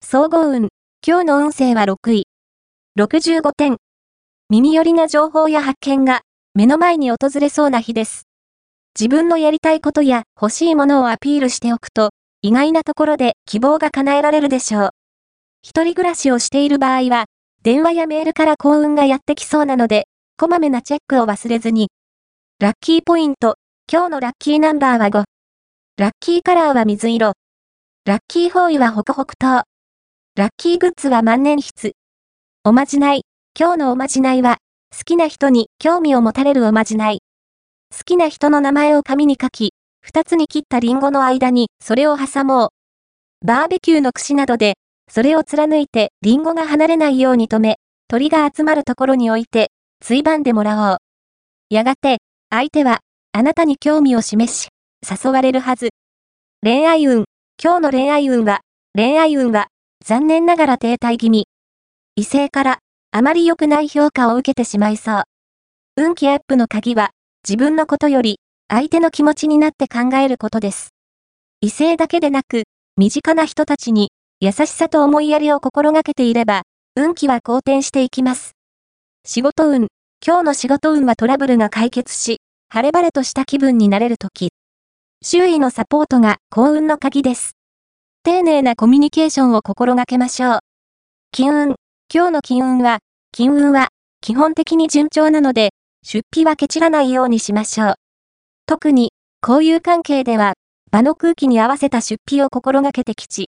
総合運。今日の運勢は6位。65点。耳寄りな情報や発見が目の前に訪れそうな日です。自分のやりたいことや欲しいものをアピールしておくと、意外なところで希望が叶えられるでしょう。一人暮らしをしている場合は、電話やメールから幸運がやってきそうなので、こまめなチェックを忘れずに。ラッキーポイント。今日のラッキーナンバーは5。ラッキーカラーは水色。ラッキー方位は北北東。ラッキーグッズは万年筆。おまじない。今日のおまじないは、好きな人に興味を持たれるおまじない。好きな人の名前を紙に書き、二つに切ったリンゴの間にそれを挟もう。バーベキューの串などで、それを貫いてリンゴが離れないように留め、鳥が集まるところに置いて、ついばんでもらおう。やがて、相手は、あなたに興味を示し、誘われるはず。恋愛運。今日の恋愛運は、残念ながら停滞気味。異性から、あまり良くない評価を受けてしまいそう。運気アップの鍵は、自分のことより、相手の気持ちになって考えることです。異性だけでなく、身近な人たちに、優しさと思いやりを心がけていれば、運気は好転していきます。仕事運。今日の仕事運はトラブルが解決し、晴れ晴れとした気分になれるとき。周囲のサポートが幸運の鍵です。丁寧なコミュニケーションを心がけましょう。金運。今日の金運は基本的に順調なので、出費はケチらないようにしましょう。特に、交友関係では、場の空気に合わせた出費を心がけて吉。